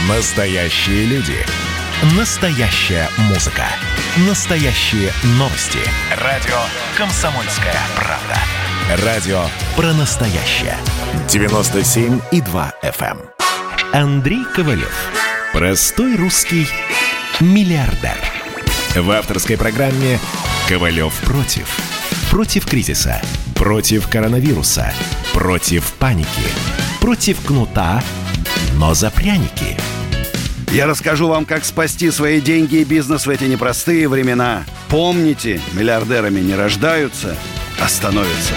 Настоящие люди. Настоящая музыка. Настоящие новости. Радио «Комсомольская правда». Радио про настоящее. 97,2 FM. Андрей Ковалев. Простой русский миллиардер. В авторской программе «Ковалев против». Против кризиса. Против коронавируса. Против паники. Против кнута, но за пряники. Я расскажу вам, как спасти свои деньги и бизнес в эти непростые времена. Помните, миллиардерами не рождаются, а становятся.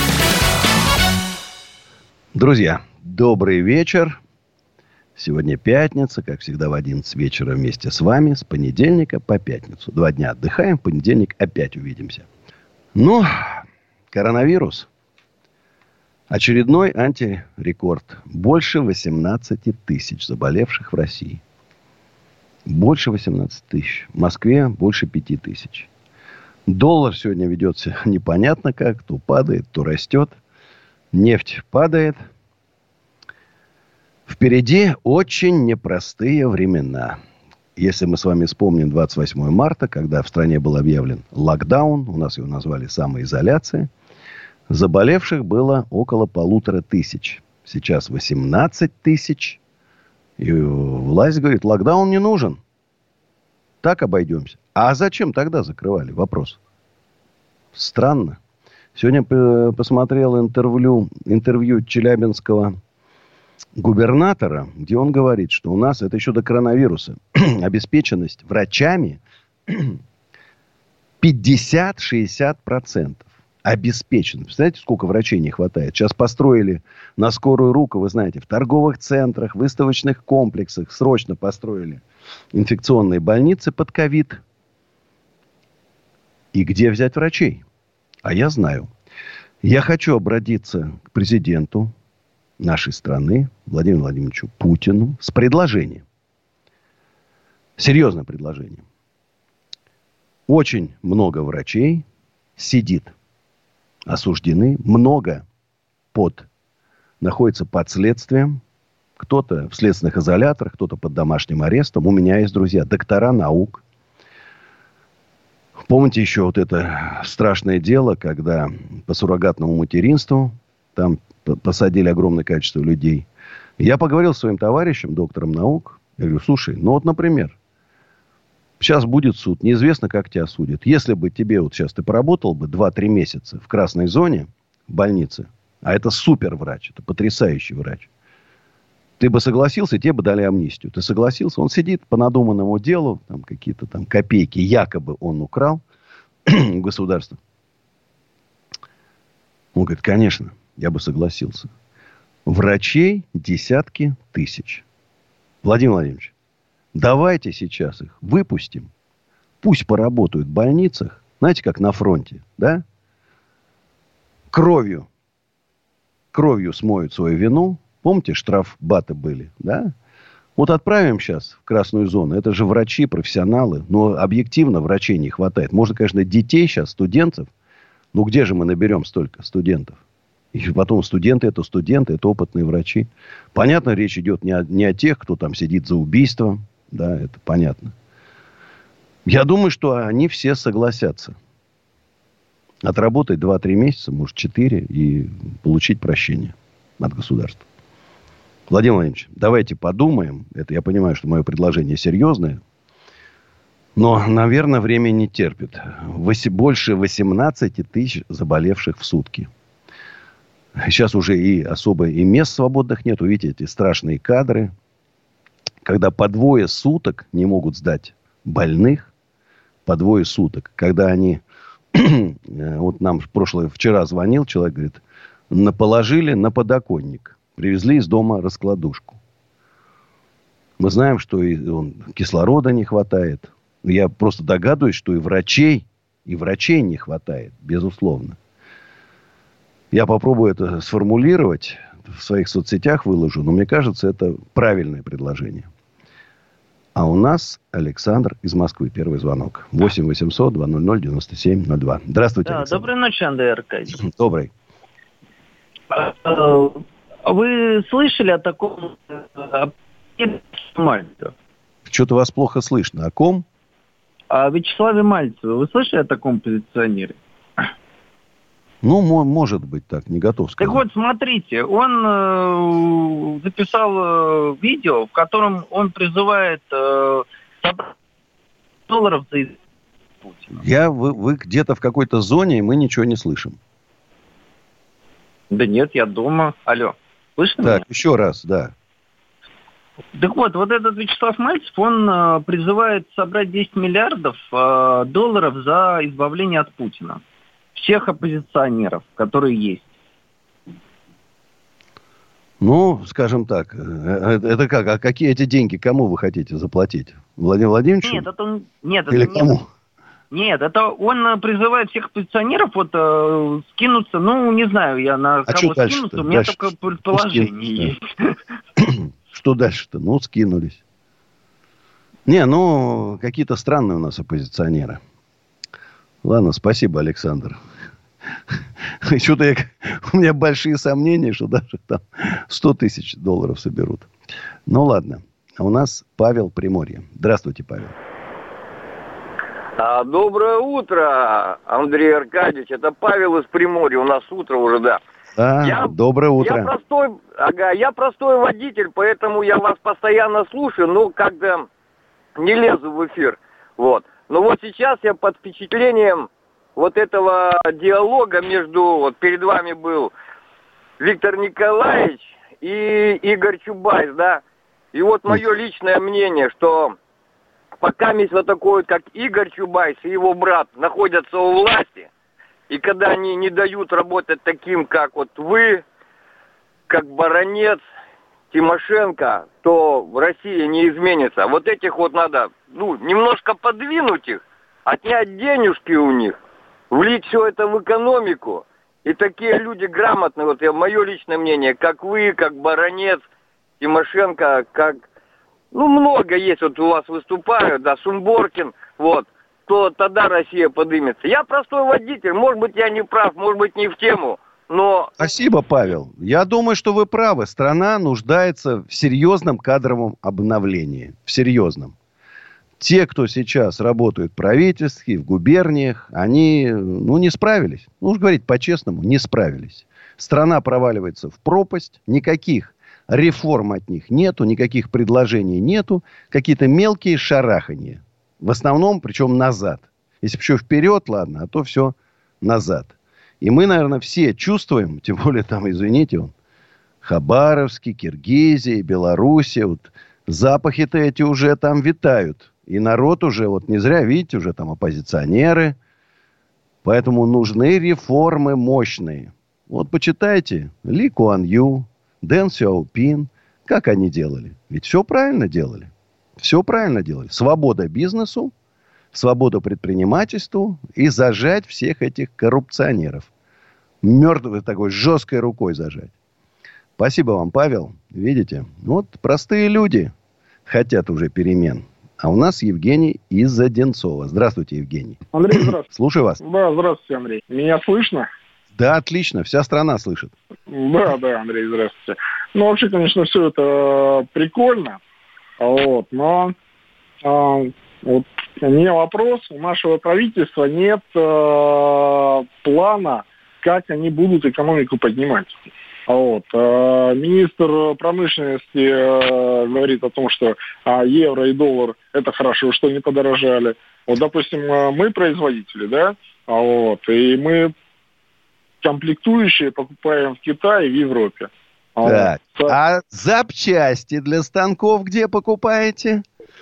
Друзья, добрый вечер. Сегодня пятница, как всегда в 11 вечера вместе с вами, с понедельника по пятницу. 2 дня отдыхаем, в понедельник опять увидимся. Ну, коронавирус. Очередной антирекорд. Больше 18 тысяч заболевших в России. Больше 18 тысяч. В Москве больше 5 тысяч. Доллар сегодня ведется непонятно как. То падает, то растет. Нефть падает. Впереди очень непростые времена. Если мы с вами вспомним 28 марта, когда в стране был объявлен локдаун, у нас его назвали самоизоляция, заболевших было около 1500. Сейчас 18 тысяч. И власть говорит, локдаун не нужен. Так обойдемся. А зачем тогда закрывали? Вопрос. Странно. Сегодня посмотрел интервью челябинского губернатора, где он говорит, что у нас, это еще до коронавируса, обеспеченность врачами 50-60%. Обеспечен. Представляете, сколько врачей не хватает? Сейчас построили на скорую руку, вы знаете, в торговых центрах, выставочных комплексах срочно построили инфекционные больницы под ковид. И где взять врачей? А я знаю. Я хочу обратиться к президенту нашей страны, Владимиру Владимировичу Путину, с предложением. Серьезное предложение. Очень много врачей сидит. Осуждены. Много находится под следствием. Кто-то в следственных изоляторах, кто-то под домашним арестом. У меня есть друзья, доктора наук. Помните еще вот это страшное дело, когда по суррогатному материнству там посадили огромное количество людей. Я поговорил с своим товарищем, доктором наук. Я говорю, слушай, ну вот, например, сейчас будет суд. Неизвестно, как тебя судят. Если бы тебе вот сейчас ты поработал бы 2-3 месяца в красной зоне в больнице, а это супер врач, это потрясающий врач, ты бы согласился, тебе бы дали амнистию. Ты согласился? Он сидит по надуманному делу, там какие-то там копейки якобы он украл у государства. Он говорит, конечно, я бы согласился. Врачей десятки тысяч. Владимир Владимирович, давайте сейчас их выпустим. Пусть поработают в больницах. Знаете, как на фронте, да? Кровью смоют свою вину. Помните, штрафбаты были, да? Вот отправим сейчас в красную зону. Это же врачи, профессионалы. Но объективно врачей не хватает. Можно, конечно, детей сейчас, студентов. Ну, где же мы наберем столько студентов? И потом студенты, это опытные врачи. Понятно, речь идет не о тех, кто там сидит за убийством. Да, это понятно. Я думаю, что они все согласятся. Отработать 2-3 месяца, может 4, и получить прощение от государства. Владимир Владимирович, давайте подумаем. Это я понимаю, что мое предложение серьезное. Но, наверное, время не терпит. Больше 18 тысяч заболевших в сутки. Сейчас уже и особо и мест свободных нет. Увидите эти страшные кадры. Когда по 2 суток не могут сдать больных. По 2 суток. Когда они... Вот нам вчера звонил человек, говорит, положили на подоконник. Привезли из дома раскладушку. Мы знаем, что кислорода не хватает. Я просто догадываюсь, что и врачей не хватает, безусловно. Я попробую это сформулировать, в своих соцсетях выложу, но мне кажется, это правильное предложение. А у нас Александр из Москвы. Первый звонок. 8 800 200 97 02. Здравствуйте, да, Александр. Доброй ночи, Андрей Аркадьевич. Добрый. Вы слышали о таком Мальцев. Что-то вас плохо слышно. О ком? О Вячеславе Мальцеве. Вы слышали о таком позиционере? Ну, может быть так, не готов сказать. Так вот, смотрите, он записал видео, в котором он призывает собрать долларов за Путина. Вы где-то в какой-то зоне, и мы ничего не слышим. Да нет, я дома. Алло, слышно Так, меня? еще раз, да. Так вот этот Вячеслав Мальцев, он призывает собрать 10 миллиардов долларов за избавление от Путина. Всех оппозиционеров, которые есть. Ну, скажем так, это как? А какие эти деньги, кому вы хотите заплатить? Владимиру Владимировичу? Нет, Или кому? Нет, это он призывает всех оппозиционеров скинуться, ну, не знаю, я на кого скинуться, у меня только предположение есть. Что дальше-то? Ну, скинулись. Какие-то странные у нас оппозиционеры. Ладно, спасибо, Александр. Что-то у меня большие сомнения, что даже там 100 тысяч долларов соберут. Ну, ладно. А у нас Павел Приморье. Здравствуйте, Павел. Доброе утро, Андрей Аркадьевич. Это Павел из Приморья. У нас утро уже, да. Доброе утро. Я простой водитель, поэтому я вас постоянно слушаю, но когда не лезу в эфир. Вот. Но вот сейчас я под впечатлением вот этого диалога вот перед вами был Виктор Николаевич и Игорь Чубайс, да. И вот мое личное мнение, что пока вот такой, как Игорь Чубайс и его брат находятся у власти, и когда они не дают работать таким, как вот вы, как Баранец, Тимошенко, то Россия не изменится. Вот этих вот надо, немножко подвинуть их, отнять денежки у них, влить все это в экономику. И такие люди грамотные, вот мое личное мнение, как вы, как Баранец, Тимошенко, как... много есть, вот у вас выступают, да, Сумборкин, вот, то тогда Россия подымется. Я простой водитель, может быть, я не прав, может быть, не в тему. Но... Спасибо, Павел. Я думаю, что вы правы. Страна нуждается в серьезном кадровом обновлении. В серьезном. Те, кто сейчас работают в правительстве, в губерниях, они, не справились. Уж говорить по-честному, не справились. Страна проваливается в пропасть. Никаких реформ от них нету, никаких предложений нету. Какие-то мелкие шараханья. В основном, причем назад. Если бы еще вперед, ладно, а то все назад. И мы, наверное, все чувствуем, тем более там, извините, Хабаровский, Киргизия, Белоруссия, запахи-то эти уже там витают. И народ уже, не зря, видите, уже там оппозиционеры. Поэтому нужны реформы мощные. Почитайте Ли Куан Ю, Дэн Сяопин, как они делали. Ведь все правильно делали. Все правильно делали. Свобода бизнесу, свобода предпринимательству и зажать всех этих коррупционеров. Мертвой такой жесткой рукой зажать. Спасибо вам, Павел. Видите, простые люди хотят уже перемен. А у нас Евгений из Одинцова. Здравствуйте, Евгений. Андрей, здравствуйте. Слушаю вас. Да, здравствуйте, Андрей. Меня слышно? Да, отлично. Вся страна слышит. Да, Андрей, здравствуйте. Вообще, конечно, все это прикольно. Но у меня вопрос. У нашего правительства нет плана, как они будут экономику поднимать. Министр промышленности говорит о том, что евро и доллар это хорошо, что они подорожали. Допустим, мы производители, да, и мы комплектующие покупаем в Китае и в Европе. Так. А запчасти для станков где покупаете?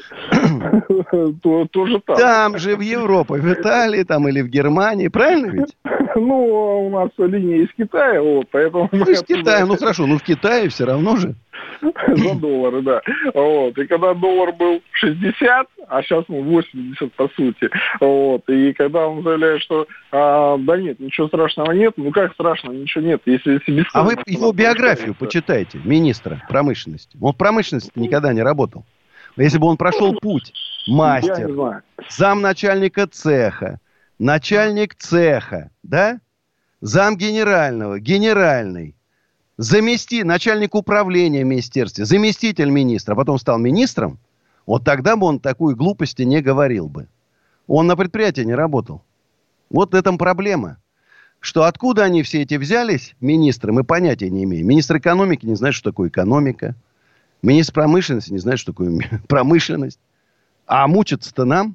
Тоже там. Там же, в Европе, в Италии там или в Германии, правильно ведь? У нас линия из Китая, поэтому... Из Китая, хорошо, в Китае все равно же. За доллары, да. И когда доллар был 60, а сейчас 80 по сути. И когда он заявляет, что да нет, ничего страшного нет, как страшного, ничего нет. Если а вы его биографию почитайте, министра промышленности. Он в промышленности никогда не работал. Если бы он прошел путь, мастер, замначальника цеха, начальник цеха, да? Зам генерального, генеральный, начальник управления в министерстве, заместитель министра, а потом стал министром, вот тогда бы он такую глупость не говорил бы. Он на предприятии не работал. Вот в этом проблема. Что откуда они все эти взялись, министры, мы понятия не имеем. Министр экономики не знает, что такое экономика. Министр промышленности не знает, что такое промышленность. А мучиться-то нам.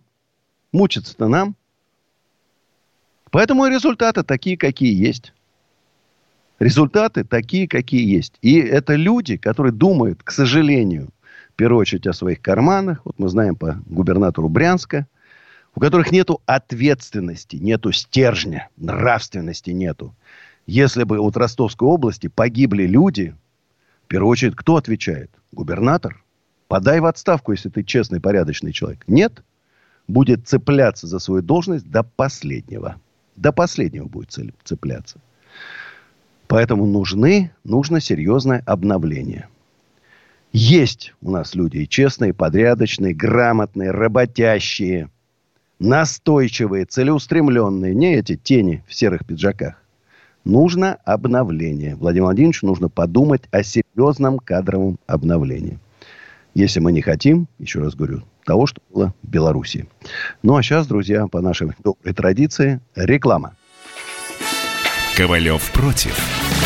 Поэтому и результаты такие, какие есть. Результаты такие, какие есть. И это люди, которые думают, к сожалению, в первую очередь о своих карманах. Вот мы знаем по губернатору Брянска, у которых нету ответственности, нету стержня, нравственности нету. Если бы от Ростовской области погибли люди, в первую очередь, кто отвечает? Губернатор? Подай в отставку, если ты честный, порядочный человек. Нет. Будет цепляться за свою должность до последнего. До последнего будет цепляться. Поэтому нужно серьезное обновление. Есть у нас люди и честные, порядочные, грамотные, работящие, настойчивые, целеустремленные. Не эти тени в серых пиджаках. Нужно обновление. Владимиру Владимировичу нужно подумать о серьезном кадровом обновлении. Если мы не хотим, еще раз говорю, того, что было в Беларуси. Ну, а сейчас, друзья, по нашей доброй традиции, реклама. Ковалев против.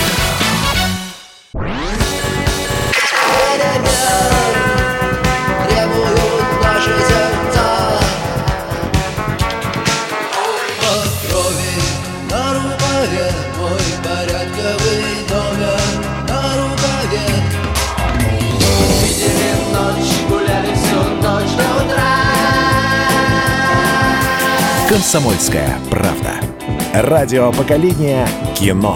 «Комсомольская правда». Радио поколения кино.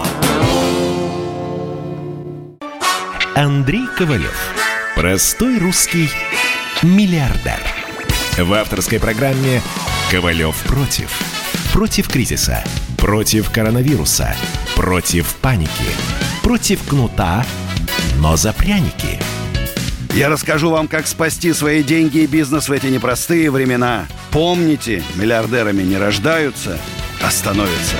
Андрей Ковалев. Простой русский миллиардер. В авторской программе «Ковалев против». Против кризиса. Против коронавируса. Против паники. Против кнута, но за пряники. Я расскажу вам, как спасти свои деньги и бизнес в эти непростые времена. Помните, миллиардерами не рождаются, а становятся.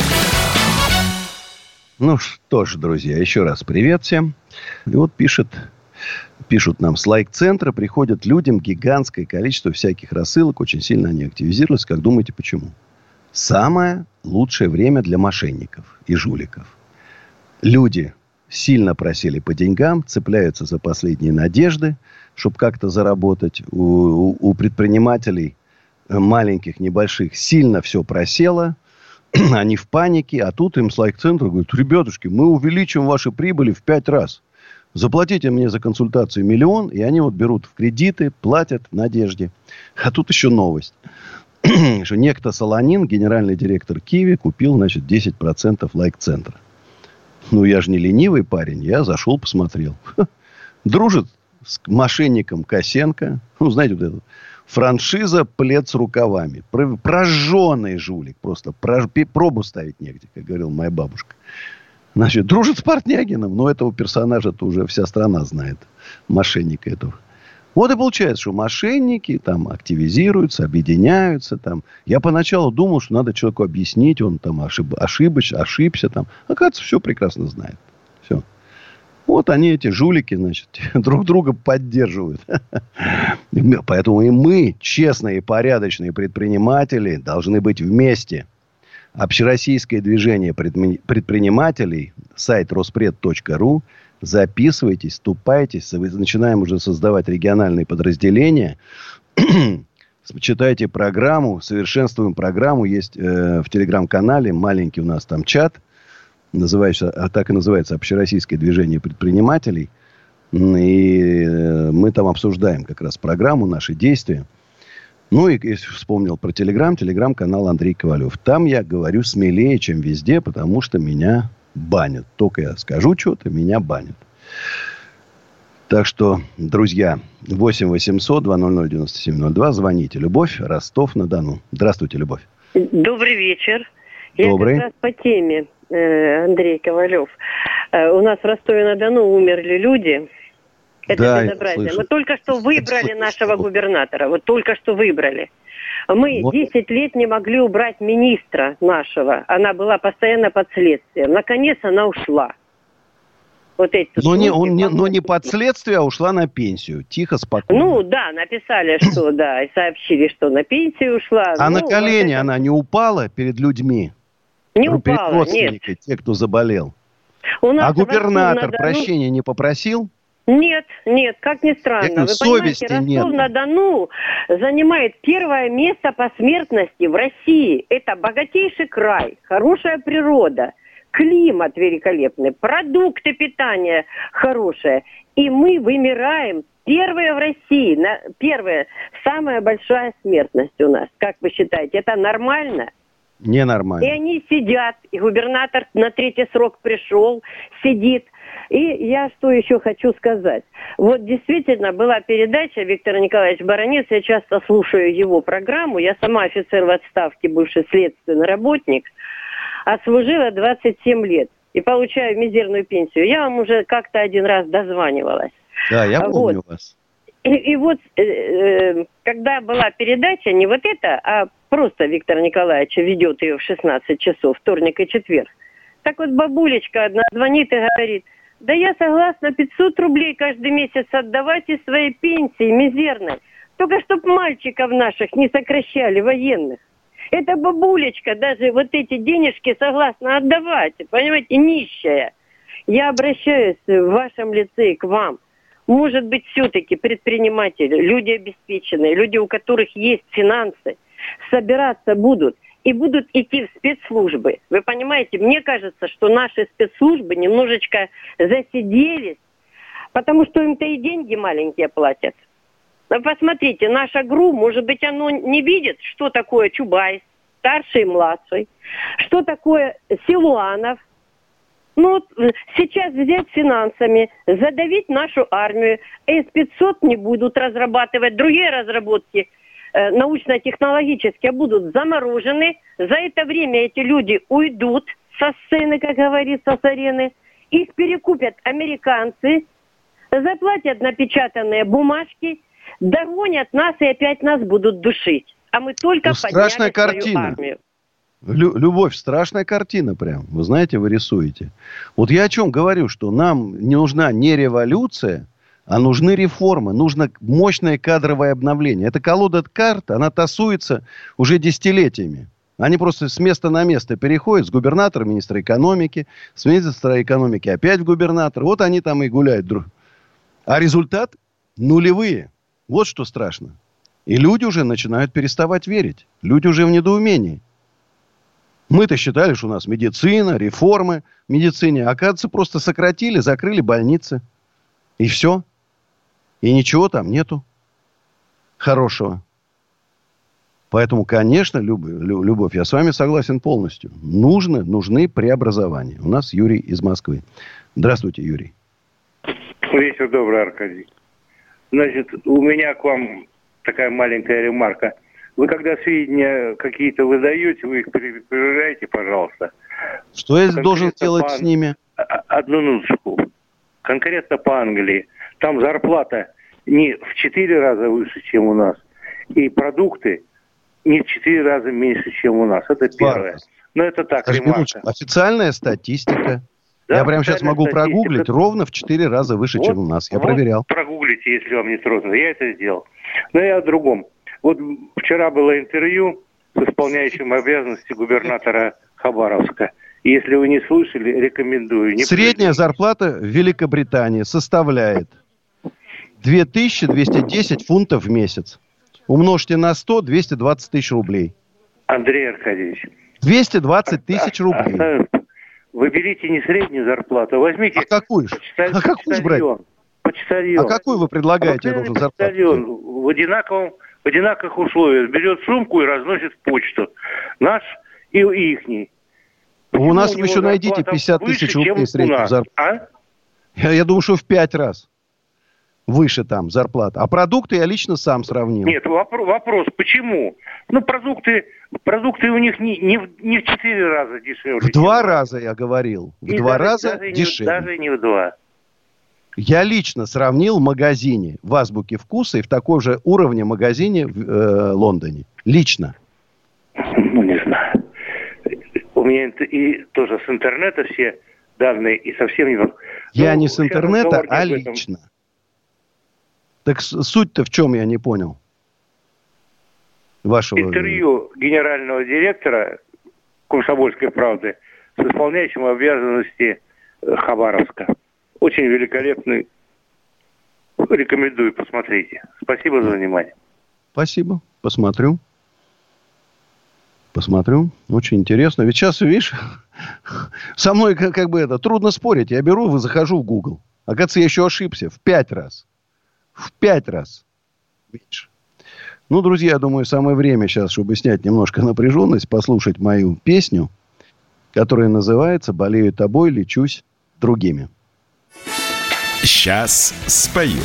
Ну что ж, друзья, еще раз привет всем. И вот пишут нам с лайк-центра, приходят людям гигантское количество всяких рассылок, очень сильно они активизировались. Как думаете, почему? Самое лучшее время для мошенников и жуликов. Люди сильно просили по деньгам, цепляются за последние надежды, чтобы как-то заработать. У предпринимателей маленьких, небольших сильно все просело. Они в панике. А тут им с лайк-центра говорят: ребятушки, мы увеличим ваши прибыли в 5 раз. Заплатите мне за консультацию 1 000 000. И они вот берут в кредиты, платят в надежде. А тут еще новость. Что некто Солонин, генеральный директор Киви, купил, 10% лайк-центра. Ну, я же не ленивый парень. Я зашел, посмотрел. Дружит с мошенником Косенко. Ну, знаете, вот это. Франшиза «Плед с рукавами». Прожженный жулик. Просто пробу ставить негде, как говорила моя бабушка. Дружит с Портнягиным. Но этого персонажа-то уже вся страна знает. Мошенника этого. Вот и получается, что мошенники там активизируются, объединяются. Там. Я поначалу думал, что надо человеку объяснить, он там ошибся. Там. Оказывается, все прекрасно знает. Все. Вот они, эти жулики, друг друга поддерживают. Поэтому и мы, честные и порядочные предприниматели, должны быть вместе. Общероссийское движение предпринимателей, сайт Роспред.ру. Записывайтесь, вступайтесь. Начинаем уже создавать региональные подразделения. Читайте программу, совершенствуем программу. Есть в телеграм-канале маленький у нас там чат. Так и называется Общероссийское движение предпринимателей. И мы там обсуждаем как раз программу, наши действия. Ну и если вспомнил про телеграм-канал Андрей Ковалев. Там я говорю смелее, чем везде, потому что меня банят. Только я скажу что-то, меня банят. Так что, друзья, 8 800 200 9702. Звоните. Любовь, Ростов-на-Дону. Здравствуйте, Любовь. Добрый вечер. Добрый. Я как раз по теме, Андрей Ковалев. У нас в Ростове-на-Дону умерли люди. Это безобразие. Мы только что выбрали нашего губернатора. Вот только что выбрали. Мы 10 лет не могли убрать министра нашего. Она была постоянно под следствием. Наконец она ушла. Вот эти но не под следствие, а ушла на пенсию. Тихо, спокойно. Ну, да, написали, что да, и сообщили, что на пенсию ушла. А на колени она не упала перед людьми? Не перед упала, родственниками, нет. те, кто заболел? А губернатор прощения не попросил? Нет, как ни странно. Вы понимаете, Ростов-на-Дону занимает первое место по смертности в России. Это богатейший край, хорошая природа, климат великолепный, продукты питания хорошие. И мы вымираем. Первые в России, первая, самая большая смертность у нас. Как вы считаете, это нормально? Ненормально. И они сидят, и губернатор на 3-й срок пришел, сидит. И я что еще хочу сказать. Вот действительно была передача Виктора Николаевича Баранец, я часто слушаю его программу, я сама офицер в отставке, бывший следственный работник, отслужила 27 лет и получаю мизерную пенсию. Я вам уже как-то один раз дозванивалась. Да, я помню вас. И вот, когда была передача, не вот эта, а просто Виктор Николаевич ведет ее в 16 часов, вторник и четверг. Так вот бабулечка одна звонит и говорит: да я согласна 500 рублей каждый месяц отдавать из своей пенсии мизерной, только чтоб мальчиков наших не сокращали, военных. Эта бабулечка даже вот эти денежки согласна отдавать, понимаете, нищая. Я обращаюсь в вашем лице к вам. Может быть, все-таки предприниматели, люди обеспеченные, люди, у которых есть финансы, собираться будут и будут идти в спецслужбы. Вы понимаете, мне кажется, что наши спецслужбы немножечко засиделись, потому что им-то и деньги маленькие платят. Но посмотрите, наша ГРУ, может быть, оно не видит, что такое Чубайс, старший и младший, что такое Силуанов. Ну вот сейчас взять финансами, задавить нашу армию, С-500 не будут разрабатывать, другие разработки научно-технологические будут заморожены. За это время эти люди уйдут со сцены, как говорится, с арены. Их перекупят американцы, заплатят напечатанные бумажки, догонят нас и опять нас будут душить. А мы только подняли свою армию. Любовь, страшная картина прям. Вы знаете, вы рисуете. Вот я о чем говорю, что нам не нужна не революция, а нужны реформы. Нужно мощное кадровое обновление. Эта колода карт, она тасуется уже десятилетиями. Они просто с места на место переходят. С губернатора, министра экономики. С министра экономики опять в губернатор. Вот они там и гуляют. А результат нулевые. Вот что страшно. И люди уже начинают переставать верить. Люди уже в недоумении. Мы-то считали, что у нас медицина, реформы в медицине. Оказывается, просто сократили, закрыли больницы. И все. И ничего там нету хорошего. Поэтому, конечно, Любовь, я с вами согласен полностью. Нужны преобразования. У нас Юрий из Москвы. Здравствуйте, Юрий. Вечер добрый, Аркадий. Значит, у меня к вам такая маленькая ремарка. Вы когда сведения какие-то выдаете, вы их проверяйте, пожалуйста. Что я должен делать с ними? Одну минуточку. Конкретно по Англии. Там зарплата не в 4 раза выше, чем у нас. И продукты не в 4 раза меньше, чем у нас. Это первое. Но это так, ремарка. Официальная статистика. Да, я прямо сейчас могу прогуглить. Ровно в 4 раза выше, чем у нас. Я проверял. Прогуглите, если вам не трудно. Я это сделал. Но я о другом. Вот вчера было интервью с исполняющим обязанности губернатора Хабаровска. Если вы не слышали, рекомендую. Средняя зарплата в Великобритании составляет 2210 фунтов в месяц. Умножьте на 100, 220 тысяч рублей. Андрей Аркадьевич. 220 тысяч рублей. Вы берите не среднюю зарплату, возьмите... А какую же? А какую же брать? Почтальон. А какую вы предлагаете зарплату? Почтальон в одинаковых условиях. Берет сумку и разносит почту. Наш и ихний. У нас вы еще найдите 50 тысяч рублей среднюю зарплату. Я думаю, что в 5 раз выше там зарплата. А продукты я лично сам сравнил. Нет, вопрос, почему? Ну, продукты у них не в 4 раза дешевле. В 2 раза, я говорил. В 2 раза дешевле. Даже не в 2. Я лично сравнил в магазине в Азбуке Вкуса и в таком же уровне магазине в Лондоне. Лично. Ну, не знаю. У меня и тоже с интернета все данные, и совсем не... Я не с интернета, а лично. Так суть-то в чем, я не понял? Вашего... Интервью генерального директора «Комсомольской правды» с исполняющим обязанности Хабаровска. Очень великолепный. Рекомендую, посмотрите. Спасибо за внимание. Спасибо. Посмотрю. Очень интересно. Ведь сейчас, видишь, со мной как бы это трудно спорить. Я беру и захожу в Google. Оказывается, я еще ошибся в 5 раз. В 5 раз. Видишь? Ну, друзья, я думаю, самое время сейчас, чтобы снять немножко напряженность, послушать мою песню, которая называется «Болею тобой, лечусь другими». Сейчас спою.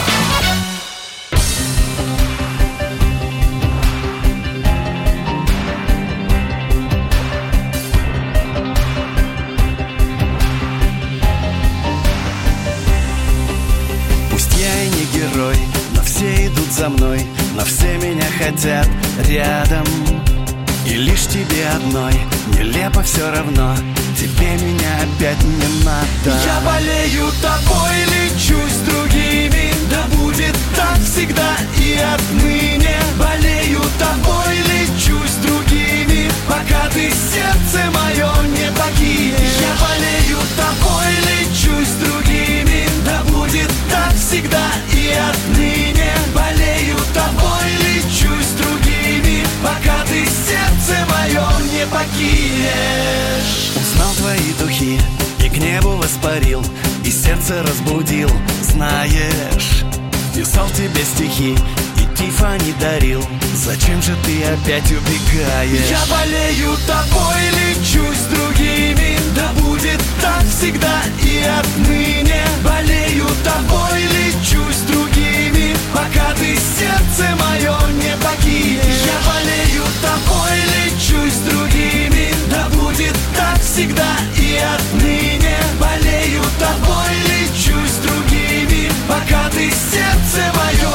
Пусть я и не герой, но все идут за мной, но все меня хотят рядом. И лишь тебе одной нелепо все равно, тебе меня опять не надо. Я болею тобой, лечусь с другими, да будет так всегда и отныне. Болею тобой, лечусь с другими, пока ты сердце мое не покинешь. Я болею тобой, лечусь с другими, да будет так всегда и отныне. Болею тобой, лечусь с другими, пока ты сердце мое не покинешь. Узнал твои духи и к небу воспарил, и сердце разбудил, знаешь. Писал тебе стихи и Тиффани дарил, зачем же ты опять убегаешь? Я болею тобой, лечусь с другими, да будет так всегда и отныне. Болею тобой, лечусь с другими, пока ты сердце мое не покинешь. Я болею тобой, лечусь с другими, да будет так всегда и отныне. Болею тобой, лечусь с другими, пока ты сердце мое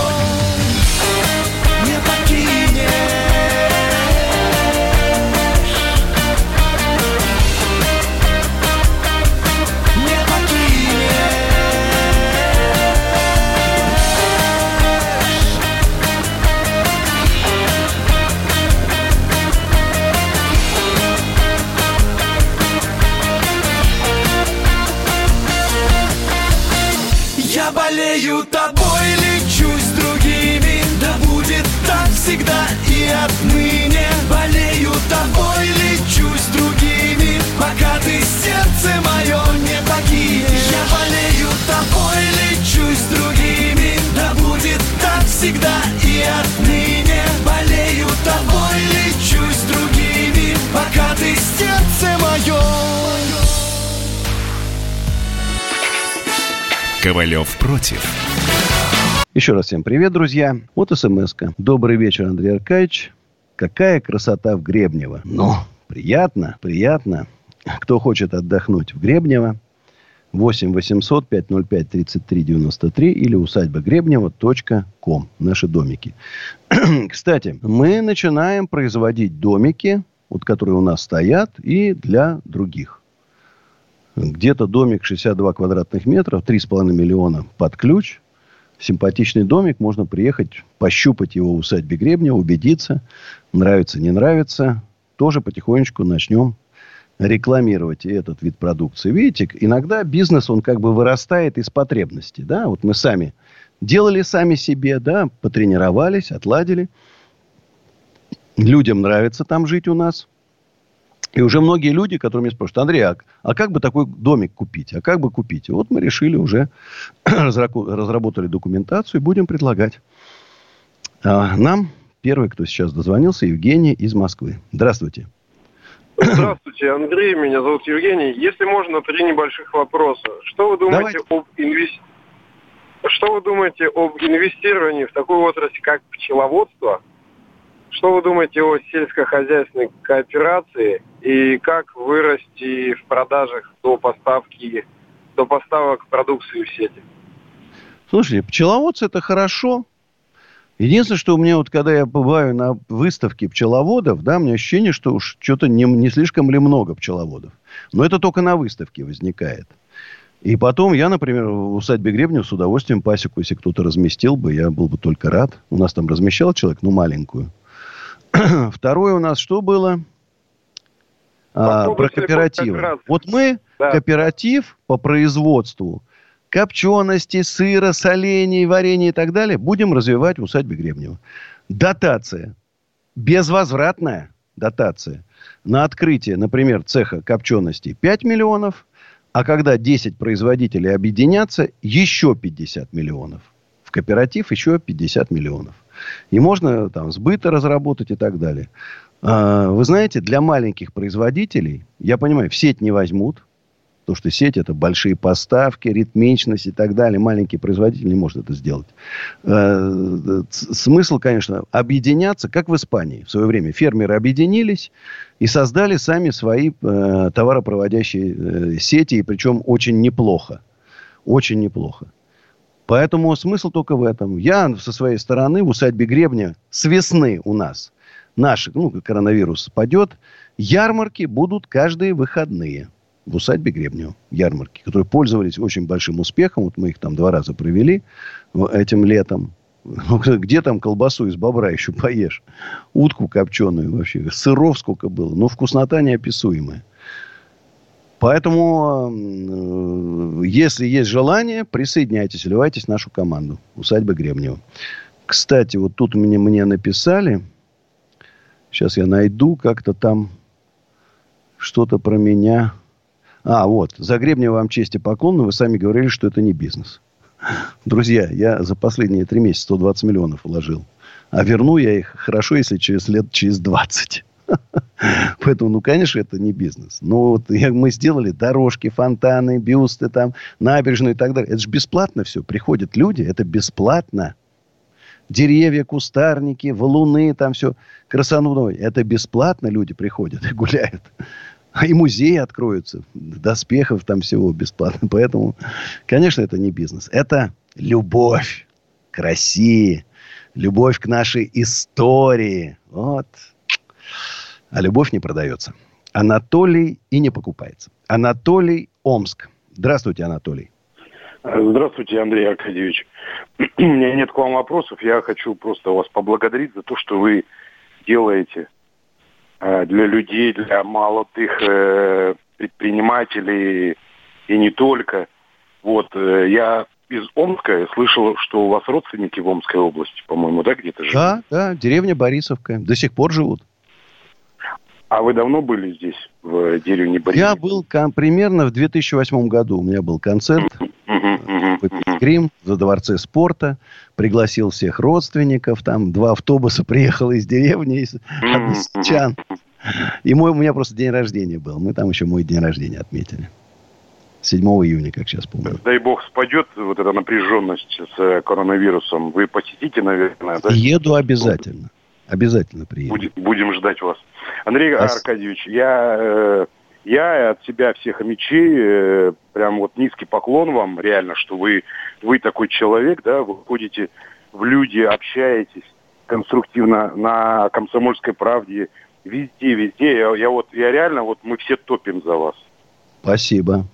не покинешь. Не покинешь. Я болею тобой, лечусь с другими, да будет так всегда и отныне. Болею тобой, лечусь с другими, пока ты сердце мое не покинешь. Я болею тобой, лечусь с другими, да будет так всегда и отныне. Болею тобой, лечусь с другими, пока ты сердце мое. Ковалев против. Еще раз всем привет, друзья. Вот смс-ка. Добрый вечер, Андрей Аркадьевич. Какая красота в Гребнево. Ну, приятно. Кто хочет отдохнуть в Гребнево, 8 800 505 33 93 или усадьбагребнева.ком. Наши домики. Кстати, мы начинаем производить домики, вот, которые у нас стоят, и для других. Где-то домик 62 квадратных метра, 3,5 миллиона под ключ. Симпатичный домик. Можно приехать, пощупать его в усадьбе Гребнева, убедиться, нравится, не нравится. Тоже потихонечку начнем рекламировать этот вид продукции. Видите, иногда бизнес, он как бы вырастает из потребности. Да? Вот мы сами делали сами себе, да, потренировались, отладили. Людям нравится там жить у нас. И уже многие люди, которые меня спрашивают: Андрей, а как бы такой домик купить? А как бы купить? И вот мы решили уже, разработали документацию и будем предлагать. Нам первый, кто сейчас дозвонился, Евгений из Москвы. Здравствуйте. Здравствуйте, Андрей. Меня зовут Евгений. Если можно, 3 небольших вопроса. Что вы думаете об инвестировании в такую отрасль, как пчеловодство? Что вы думаете о сельскохозяйственной кооперации и как вырасти в продажах до поставок продукции в сети? Слушайте, пчеловодство — это хорошо. Единственное, что у меня вот, когда я бываю на выставке пчеловодов, да, у меня ощущение, что уж что-то не слишком ли много пчеловодов. Но это только на выставке возникает. И потом я, например, в усадьбе Гребнева с удовольствием пасеку, если кто-то разместил бы, я был бы только рад. У нас там размещал человек, маленькую. Второе у нас что было? Про кооперативы. Вот мы кооператив по производству копчености, сыра, солений, варенья и так далее будем развивать в усадьбе Гребнева. Дотация. Безвозвратная дотация. На открытие, например, цеха копчености 5 миллионов, а когда 10 производителей объединятся, еще 50 миллионов. В кооператив еще 50 миллионов. И можно там сбыта разработать и так далее. Вы знаете, для маленьких производителей, я понимаю, в сеть не возьмут, потому что сеть — это большие поставки, ритмичность и так далее. Маленький производитель не может это сделать. Смысл, конечно, объединяться, как в Испании. В свое время фермеры объединились и создали сами свои товаропроводящие сети, и причем очень неплохо. Очень неплохо. Поэтому смысл только в этом. Я со своей стороны в усадьбе Гребня с весны у нас коронавирус спадет, ярмарки будут каждые выходные. В усадьбе Гребнева ярмарки, которые пользовались очень большим успехом. Вот мы их там 2 раза провели этим летом. Где там колбасу из бобра еще поешь? Утку копченую вообще. Сыров сколько было. Вкуснота неописуемая. Поэтому, если есть желание, присоединяйтесь, вливайтесь в нашу команду. Усадьба Гребнева. Кстати, вот тут мне написали. Сейчас я найду как-то там что-то про меня. Вот. За Гребнева вам честь и поклон, но вы сами говорили, что это не бизнес. Друзья, я за последние 3 месяца 120 миллионов вложил. А верну я их хорошо, если через 20. Поэтому, конечно, это не бизнес. Но вот мы сделали дорожки, фонтаны, бюсты, там, набережную и так далее. Это же бесплатно все. Приходят люди, это бесплатно. Деревья, кустарники, валуны, там все красону. Это бесплатно люди приходят и гуляют. И музеи откроются. Доспехов там всего бесплатно. Поэтому, конечно, это не бизнес. Это любовь к России. Любовь к нашей истории. Вот. А любовь не продается. Анатолий и не покупается. Анатолий, Омск. Здравствуйте, Анатолий. Здравствуйте, Андрей Аркадьевич. У меня нет к вам вопросов. Я хочу просто вас поблагодарить за то, что вы делаете для людей, для молодых предпринимателей и не только. Вот, я из Омска слышал, что у вас родственники в Омской области, по-моему, да, где-то живут? Да, деревня Борисовка. До сих пор живут. А вы давно были здесь, в деревне Борисовка? Я был примерно в 2008 году. У меня был концерт в Крим, за Дворце спорта. Пригласил всех родственников. Там 2 автобуса приехало из деревни, из односельчан. И у меня просто день рождения был. Мы там еще мой день рождения отметили. 7 июня, как сейчас помню. Дай бог спадет вот эта напряженность с коронавирусом. Вы посетите, наверное, да? Еду обязательно. Обязательно приеду. Будем ждать вас. Андрей Аркадьевич, я от себя всех мечей, прям вот низкий поклон вам, реально, что вы такой человек, да, вы ходите в люди, общаетесь конструктивно на «Комсомольской правде», везде. Я реально, мы все топим за вас. Спасибо.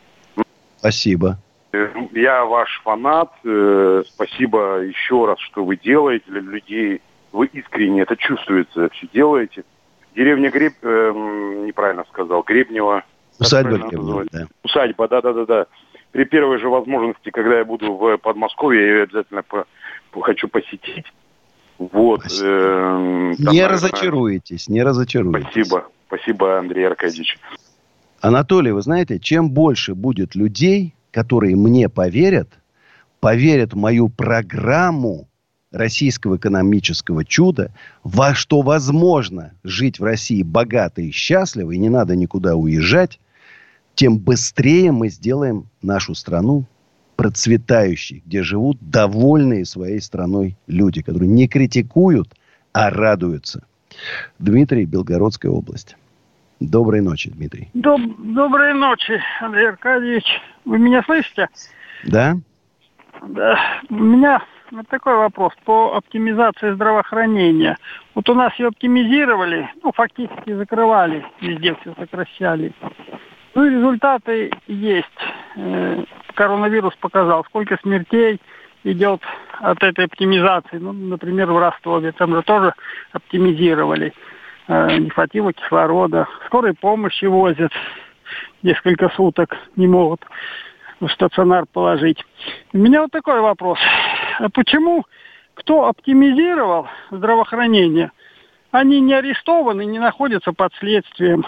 Я ваш фанат. Спасибо еще раз, что вы делаете для людей. Вы искренне, это чувствуется, все делаете. Деревня неправильно сказал, Гребнева. Усадьба Гребнева, да. Усадьба, да. При первой же возможности, когда я буду в Подмосковье, я ее обязательно хочу посетить. Вот. Не разочаруетесь. Спасибо, Андрей Аркадьевич. Анатолий, вы знаете, чем больше будет людей, которые мне поверят в мою программу российского экономического чуда, во что возможно жить в России богато и счастливо, и не надо никуда уезжать, тем быстрее мы сделаем нашу страну процветающей, где живут довольные своей страной люди, которые не критикуют, а радуются. Дмитрий, Белгородская область. Доброй ночи, Дмитрий. Доброй ночи, Андрей Аркадьевич. Вы меня слышите? Да. Да. У меня вот такой вопрос по оптимизации здравоохранения. Вот у нас ее оптимизировали, фактически закрывали, везде все сокращали. И результаты есть. коронавирус показал, сколько смертей идет от этой оптимизации. Ну, например, в Ростове. Там же тоже оптимизировали. Не хватило кислорода. Скорой помощи возят. Несколько суток не могут в стационар положить. У меня вот такой вопрос. А почему, кто оптимизировал здравоохранение, они не арестованы, не находятся под следствием?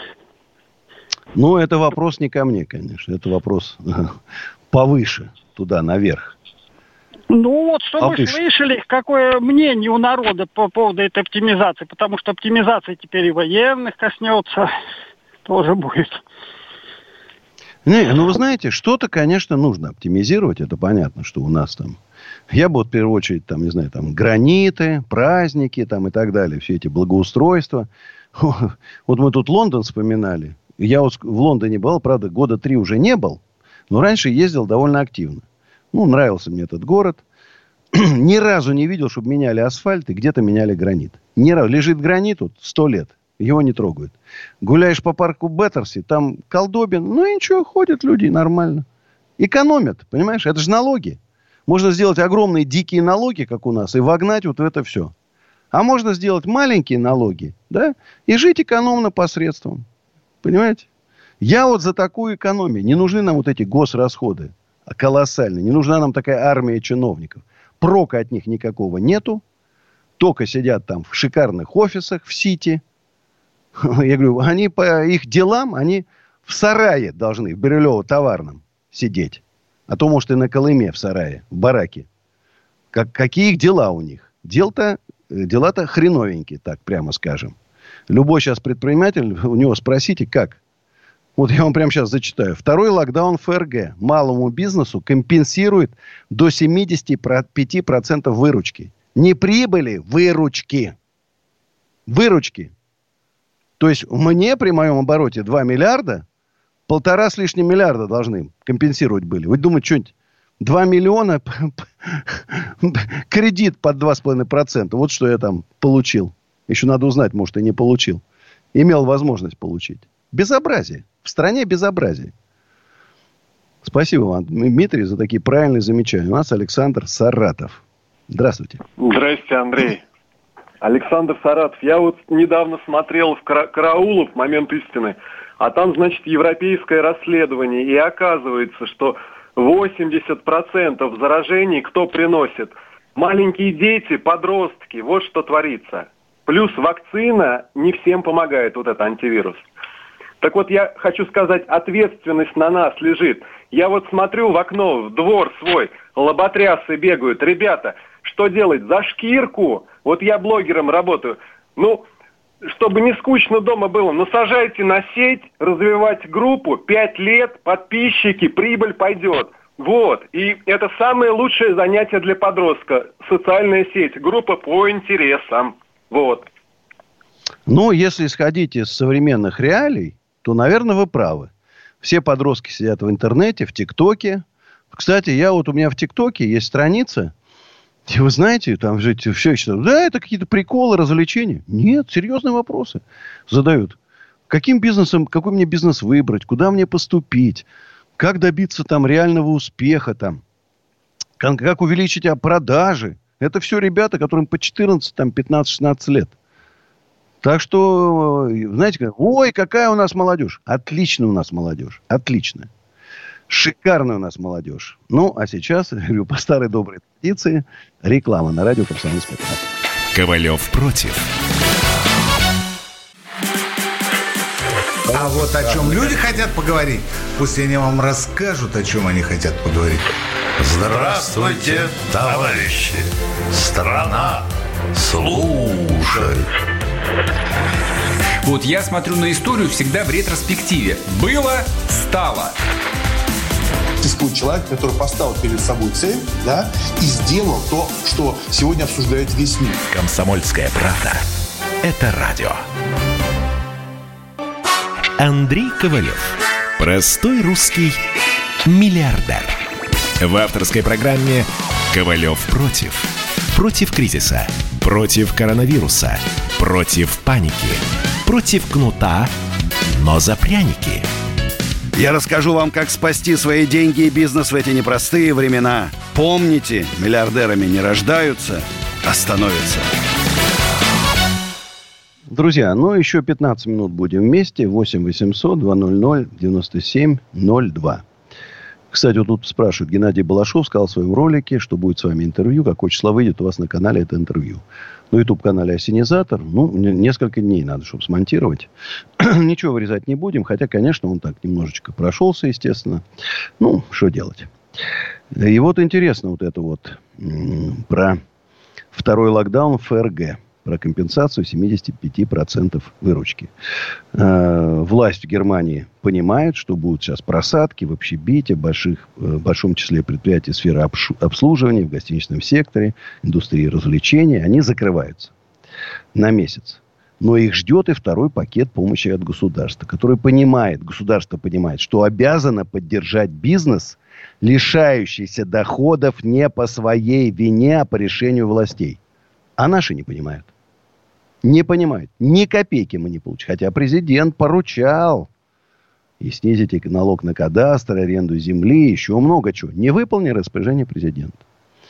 Ну, это вопрос не ко мне, конечно. Это вопрос повыше, туда, наверх. Ну вот, что вы слышали, какое мнение у народа по поводу этой оптимизации? Потому что оптимизация теперь и военных коснется, тоже будет. Не, ну вы знаете, что-то, конечно, нужно оптимизировать. Это понятно, что у нас там... Я бы вот в первую очередь, там, не знаю, там, граниты, праздники там и так далее. Все эти благоустройства. Вот мы тут Лондон вспоминали. Я вот в Лондоне был, правда, 3 года уже не был. Но раньше ездил довольно активно. Ну, нравился мне этот город. Ни разу не видел, чтобы меняли асфальт и где-то меняли гранит. Ни разу. Лежит гранит тут 100 лет. Его не трогают. Гуляешь по парку Беттерси, там колдобин. Ну и ничего, ходят люди нормально. Экономят, понимаешь? Это же налоги. Можно сделать огромные дикие налоги, как у нас, и вогнать вот в это все. А можно сделать маленькие налоги, да, и жить экономно посредством. Понимаете? Я вот за такую экономию. Не нужны нам вот эти госрасходы колоссальные. Не нужна нам такая армия чиновников. Прока от них никакого нету. Только сидят там в шикарных офисах в Сити. Я говорю, они по их делам, они в сарае должны, в Бирюлево-Товарном сидеть. А то, может, и на Колыме в сарае, в бараке. Какие их дела у них? Дела-то хреновенькие, так прямо скажем. Любой сейчас предприниматель, у него спросите, как? Вот я вам прямо сейчас зачитаю. Второй локдаун ФРГ малому бизнесу компенсирует до 75% выручки. Не прибыли, выручки. Выручки. То есть мне при моем обороте 2 миллиарда, 1,5 с лишним миллиарда должны компенсировать были. Вы думаете, что-нибудь 2 миллиона кредит под 2,5%. Вот что я там получил. Еще надо узнать, может, и не получил. Имел возможность получить. Безобразие. В стране безобразие. Спасибо вам, Дмитрий, за такие правильные замечания. У нас Александр, Саратов. Здравствуйте. Здравствуйте, Андрей. Александр, Саратов. Я вот недавно смотрел в «Караулов. Момент истины». А там, значит, европейское расследование. И оказывается, что 80% заражений кто приносит? Маленькие дети, подростки. Вот что творится. Плюс вакцина не всем помогает, вот этот антивирус. Так вот, я хочу сказать, ответственность на нас лежит. Я вот смотрю в окно, в двор свой, лоботрясы бегают. Ребята, что делать? За шкирку. Вот я блогером работаю. Ну, чтобы не скучно дома было, насажайте на сеть, развивать группу, 5 лет, подписчики, прибыль пойдет. Вот. И это самое лучшее занятие для подростка. Социальная сеть, группа по интересам. Вот. Ну, если исходить из современных реалий, то, наверное, вы правы. Все подростки сидят в интернете, в ТикТоке. Кстати, у меня в ТикТоке есть страница, и вы знаете, там же все считают, да, это какие-то приколы, развлечения. Нет, серьезные вопросы задают. Какой мне бизнес выбрать, куда мне поступить, как добиться там реального успеха, там, как увеличить продажи. Это все ребята, которым по 14, там, 15-16 лет. Так что, знаете, ой, какая у нас молодежь. Отличная у нас молодежь. Отличная. Шикарная у нас молодежь. Ну, а сейчас, говорю, по старой доброй традиции, реклама на радио «Комсомольская правда». Ковалев против. А вот о чем люди хотят поговорить, пусть они вам расскажут, о чем они хотят поговорить. Здравствуйте, товарищи! Страна слушает. Вот я смотрю на историю всегда в ретроспективе. Было, стало. Существует человек, который поставил перед собой цель, да, и сделал то, что сегодня обсуждает весь мир. «Комсомольская правда» — это радио. Андрей Ковалев. Простой русский миллиардер. В авторской программе «Ковалев против». Против кризиса, против коронавируса, против паники, против кнута, но за пряники. Я расскажу вам, как спасти свои деньги и бизнес в эти непростые времена. Помните, миллиардерами не рождаются, а становятся. Друзья, еще 15 минут будем вместе. 8 800 200 97 02. Кстати, вот тут спрашивают. Геннадий Балашов сказал в своем ролике, что будет с вами интервью. Какое число выйдет у вас на канале это интервью? На YouTube-канале «Осенизатор». Несколько дней надо, чтобы смонтировать. Ничего вырезать не будем. Хотя, конечно, он так немножечко прошелся, естественно. Что делать? И вот интересно вот это вот про второй локдаун в ФРГ. Про компенсацию 75% выручки. Власть в Германии понимает, что будут сейчас просадки в общепите, в большом числе предприятий сферы обслуживания, в гостиничном секторе, индустрии развлечений. Они закрываются на месяц. Но их ждет и второй пакет помощи от государства, государство понимает, что обязано поддержать бизнес, лишающийся доходов не по своей вине, а по решению властей. А наши не понимают. Не понимают. Ни копейки мы не получим. Хотя президент поручал. И снизить налог на кадастр, аренду земли, еще много чего. Не выполнил распоряжение президента.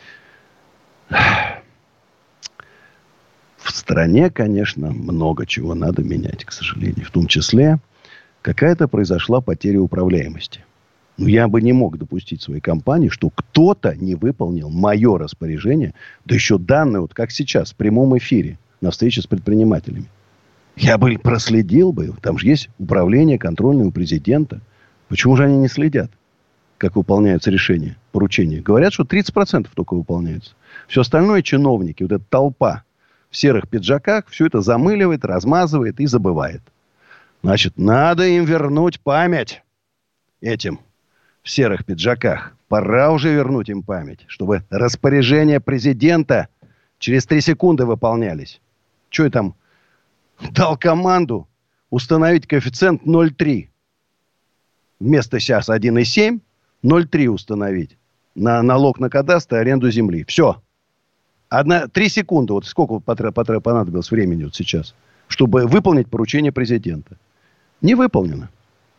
В стране, конечно, много чего надо менять, к сожалению. В том числе, какая-то произошла потеря управляемости. Я бы не мог допустить в своей компании, что кто-то не выполнил мое распоряжение, да еще данные, вот как сейчас, в прямом эфире, на встрече с предпринимателями. Я бы проследил бы. Там же есть управление контрольное у президента. Почему же они не следят, как выполняются решения, поручения? Говорят, что 30% только выполняются. Все остальное чиновники, вот эта толпа в серых пиджаках, все это замыливает, размазывает и забывает. Значит, надо им вернуть память этим в серых пиджаках. Пора уже вернуть им память, чтобы распоряжения президента через 3 секунды выполнялись. Что я там дал команду установить коэффициент 0,3. Вместо сейчас 1,7, 0,3 установить. На налог на кадастр и аренду земли. Все. 3 секунды. Вот сколько понадобилось времени вот сейчас, чтобы выполнить поручение президента. Не выполнено.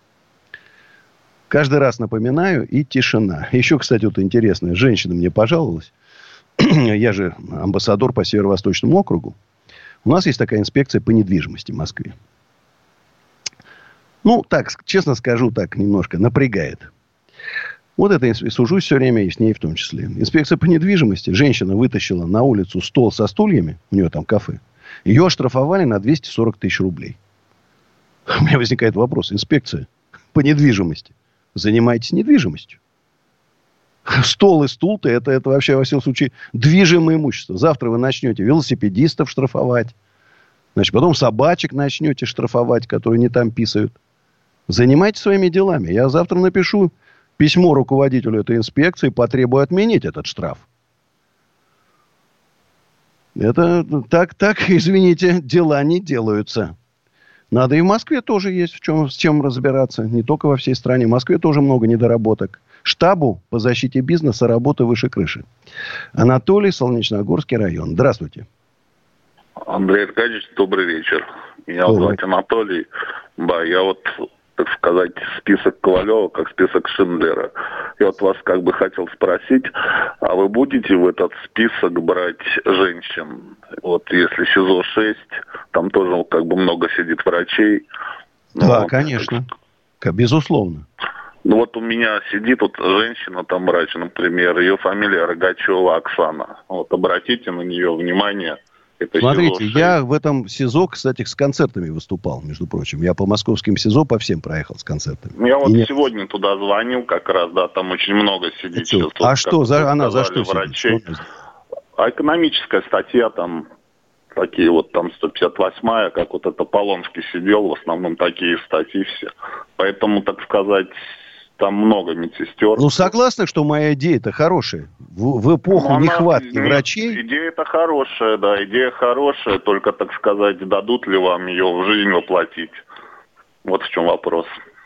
Каждый раз напоминаю, и тишина. Еще, кстати, вот интересно. Женщина мне пожаловалась. Я же амбассадор по Северо-Восточному округу. У нас есть такая инспекция по недвижимости в Москве. Так, честно скажу, так немножко напрягает. Вот это сужусь все время, и с ней в том числе. Инспекция по недвижимости. Женщина вытащила на улицу стол со стульями. У нее там кафе. Ее оштрафовали на 240 тысяч рублей. У меня возникает вопрос. Инспекция по недвижимости. Занимаетесь недвижимостью. Стол и стул-то это вообще, во всяком случае, движимое имущество. Завтра вы начнете велосипедистов штрафовать. Значит, потом собачек начнете штрафовать, которые не там писают. Занимайтесь своими делами. Я завтра напишу письмо руководителю этой инспекции, потребую отменить этот штраф. Это так, извините, дела не делаются. Надо и в Москве тоже есть с чем разбираться. Не только во всей стране. В Москве тоже много недоработок. Штабу по защите бизнеса работы выше крыши. Анатолий, Солнечногорский район. Здравствуйте. Андрей Аркадьевич, добрый вечер. Меня зовут Анатолий. Я вот, так сказать, список Ковалева, как список Шиндлера. Я вот вас как бы хотел спросить, а вы будете в этот список брать женщин? Вот если СИЗО-6, там тоже как бы много сидит врачей. Да, конечно. Безусловно. Вот у меня сидит женщина, там врач, например, ее фамилия Рогачева Оксана. Вот обратите на нее внимание. Это смотрите, я в этом СИЗО, кстати, с концертами выступал, между прочим. Я по московским СИЗО по всем проехал с концертами. Я сегодня туда звонил как раз, да, там очень много сидит. Сейчас, а что, она за что врачей. Сидит? А экономическая статья там, такие вот там 158-я, как вот это Полонский сидел, в основном такие статьи все. Поэтому, так сказать, там много медсестер. Согласны, что моя идея-то хорошая. В эпоху нехватки врачей... Идея-то хорошая, да, идея хорошая. Только, так сказать, дадут ли вам ее в жизнь воплотить? Вот в чем вопрос.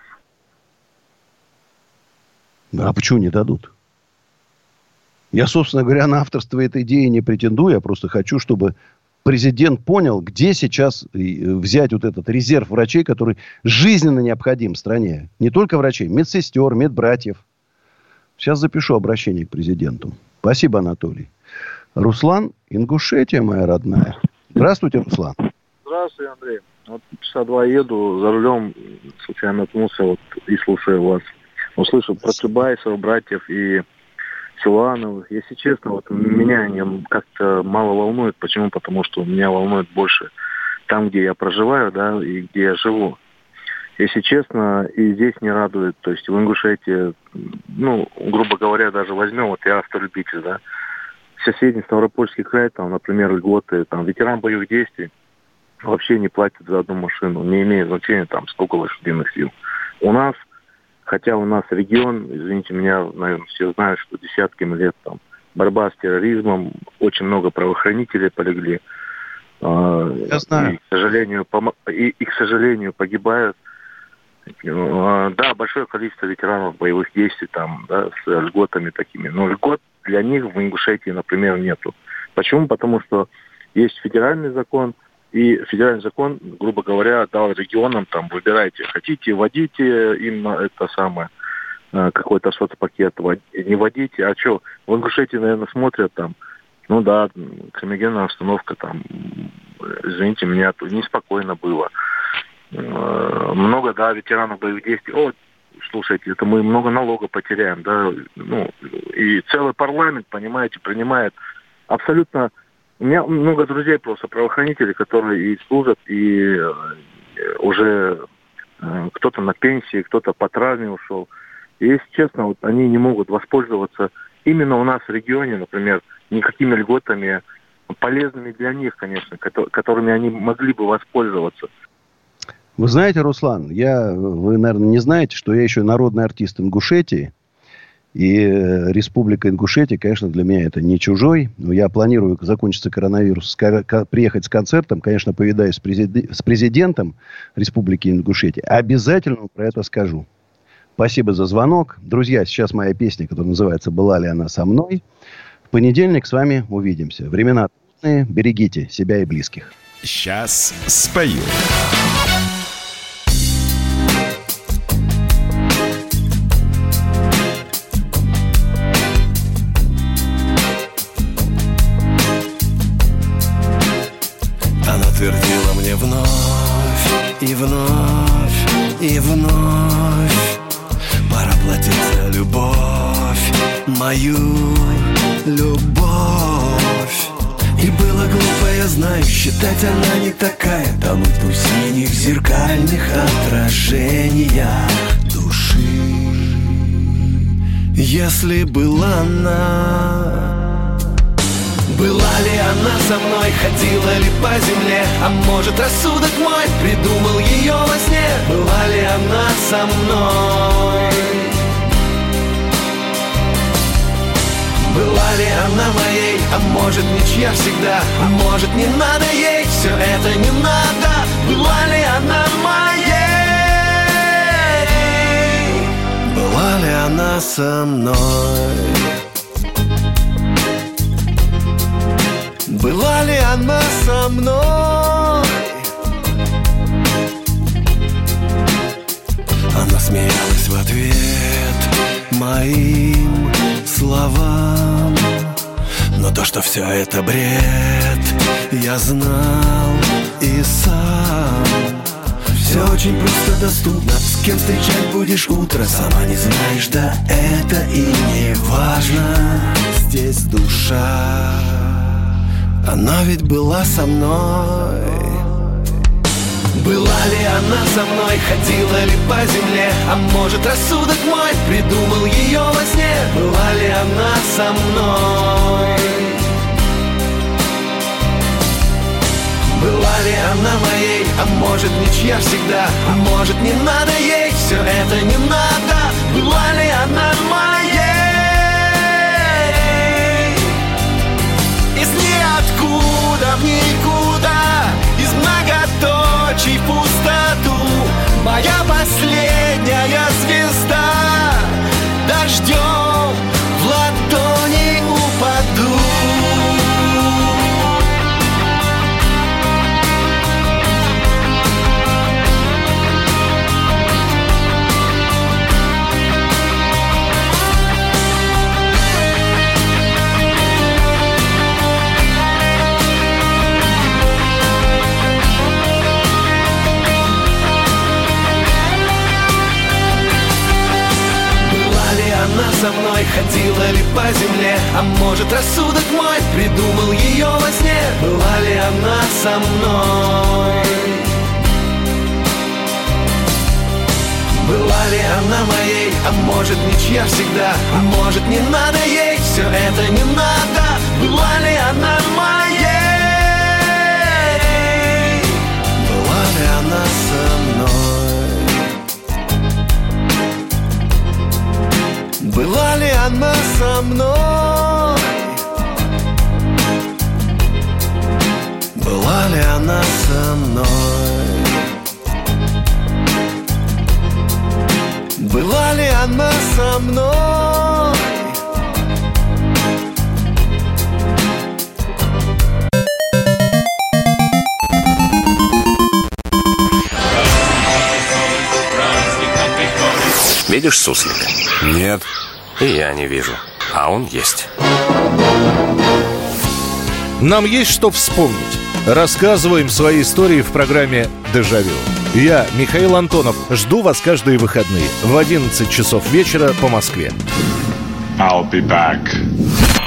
А почему не дадут? Я, собственно говоря, на авторство этой идеи не претендую. Я просто хочу, чтобы президент понял, где сейчас взять вот этот резерв врачей, который жизненно необходим в стране. Не только врачей, медсестер, медбратьев. Сейчас запишу обращение к президенту. Спасибо, Анатолий. Руслан, Ингушетия моя родная. Здравствуйте, Руслан. Здравствуйте, Андрей. Вот часа 2 еду за рулем, случайно наткнулся вот, и слушаю вас. Услышал про Чубайсова, братьев и Силуановых. Если честно, вот меня они как-то мало волнует. Почему? Потому что меня волнует больше там, где я проживаю, да, и где я живу. Если честно, и здесь не радует. То есть в Ингушетии, ну, грубо говоря, даже возьмем, вот я автолюбитель, да, соседний Ставропольский край, там, например, льготы, там, ветеран боевых действий вообще не платят за одну машину, не имеет значения, там, сколько лошадиных сил. У нас, хотя у нас регион, извините меня, наверное, все знают, что десятками лет там борьба с терроризмом, очень много правоохранителей полегли. Я знаю. И, к сожалению, погибают. Да, большое количество ветеранов боевых действий там, да, с льготами такими. Но льгот для них в Ингушетии, например, нету. Почему? Потому что есть федеральный закон, и федеральный закон, грубо говоря, дал регионам, там, выбирайте, хотите, вводите им это самое, какой-то соцпакет, не вводите, а что, в Ингушетии, наверное, смотрят там, ну да, криминогенная обстановка там, извините меня, неспокойно было. Много, да, ветеранов боевых действий. О, слушайте, это мы много налогов потеряем, да, ну, и целый парламент, понимаете, принимает абсолютно... У меня много друзей просто правоохранителей, которые и служат, и уже кто-то на пенсии, кто-то по травме ушел. И, если честно, вот они не могут воспользоваться именно у нас в регионе, например, никакими льготами, полезными для них, конечно, которыми они могли бы воспользоваться. Вы знаете, Руслан, вы, наверное, не знаете, что я еще народный артист Ингушетии. И Республика Ингушетия, конечно, для меня это не чужой. Но я планирую, закончится коронавирус, приехать с концертом. Конечно, повидаюсь с президентом Республики Ингушетия. Обязательно про это скажу. Спасибо за звонок. Друзья, сейчас моя песня, которая называется «Была ли она со мной?». В понедельник с вами увидимся. Времена трудные. Берегите себя и близких. Сейчас спою. Твердила мне вновь и вновь и вновь: пора платить за любовь, мою любовь. И было глупо, я знаю, считать она не такая, тонуть в синих зеркальных отражениях души. Если была она... Была ли она со мной, ходила ли по земле, а может, рассудок мой придумал ее во сне? Была ли она со мной? Была ли она моей, а может, ничья всегда, а может, не надо ей, все это не надо. Была ли она моей? Была ли она со мной? Была ли она со мной? Она смеялась в ответ моим словам, но то, что все это бред, я знал и сам. Все очень просто доступно. С кем встречать будешь утро, сама не знаешь, да это и не важно. Здесь душа, она ведь была со мной. Была ли она со мной, ходила ли по земле, а может, рассудок мой придумал ее во сне? Была ли она со мной? Была ли она моей, а может, ничья всегда, а может, не надо ей, все это не надо. Была ли она моей? Из ниоткуда в никуда, из многоточий в пустоту, моя последняя звезда, дождем в ладони упаду. мной, ходила ли по земле. А может, рассудок мой придумал ее во сне. Была ли она со мной? Была ли она моей, а может, ничья всегда. А может, не надо ей, все это не надо. Была ли она моей? Была ли она со мной? Была ли она со мной? Была ли она со мной? Была ли она со мной? Видишь суслика? Нет. И я не вижу. А он есть. Нам есть что вспомнить. Рассказываем свои истории в программе «Дежавю». Я, Михаил Антонов, жду вас каждые выходные в 11 часов вечера по Москве. I'll be back.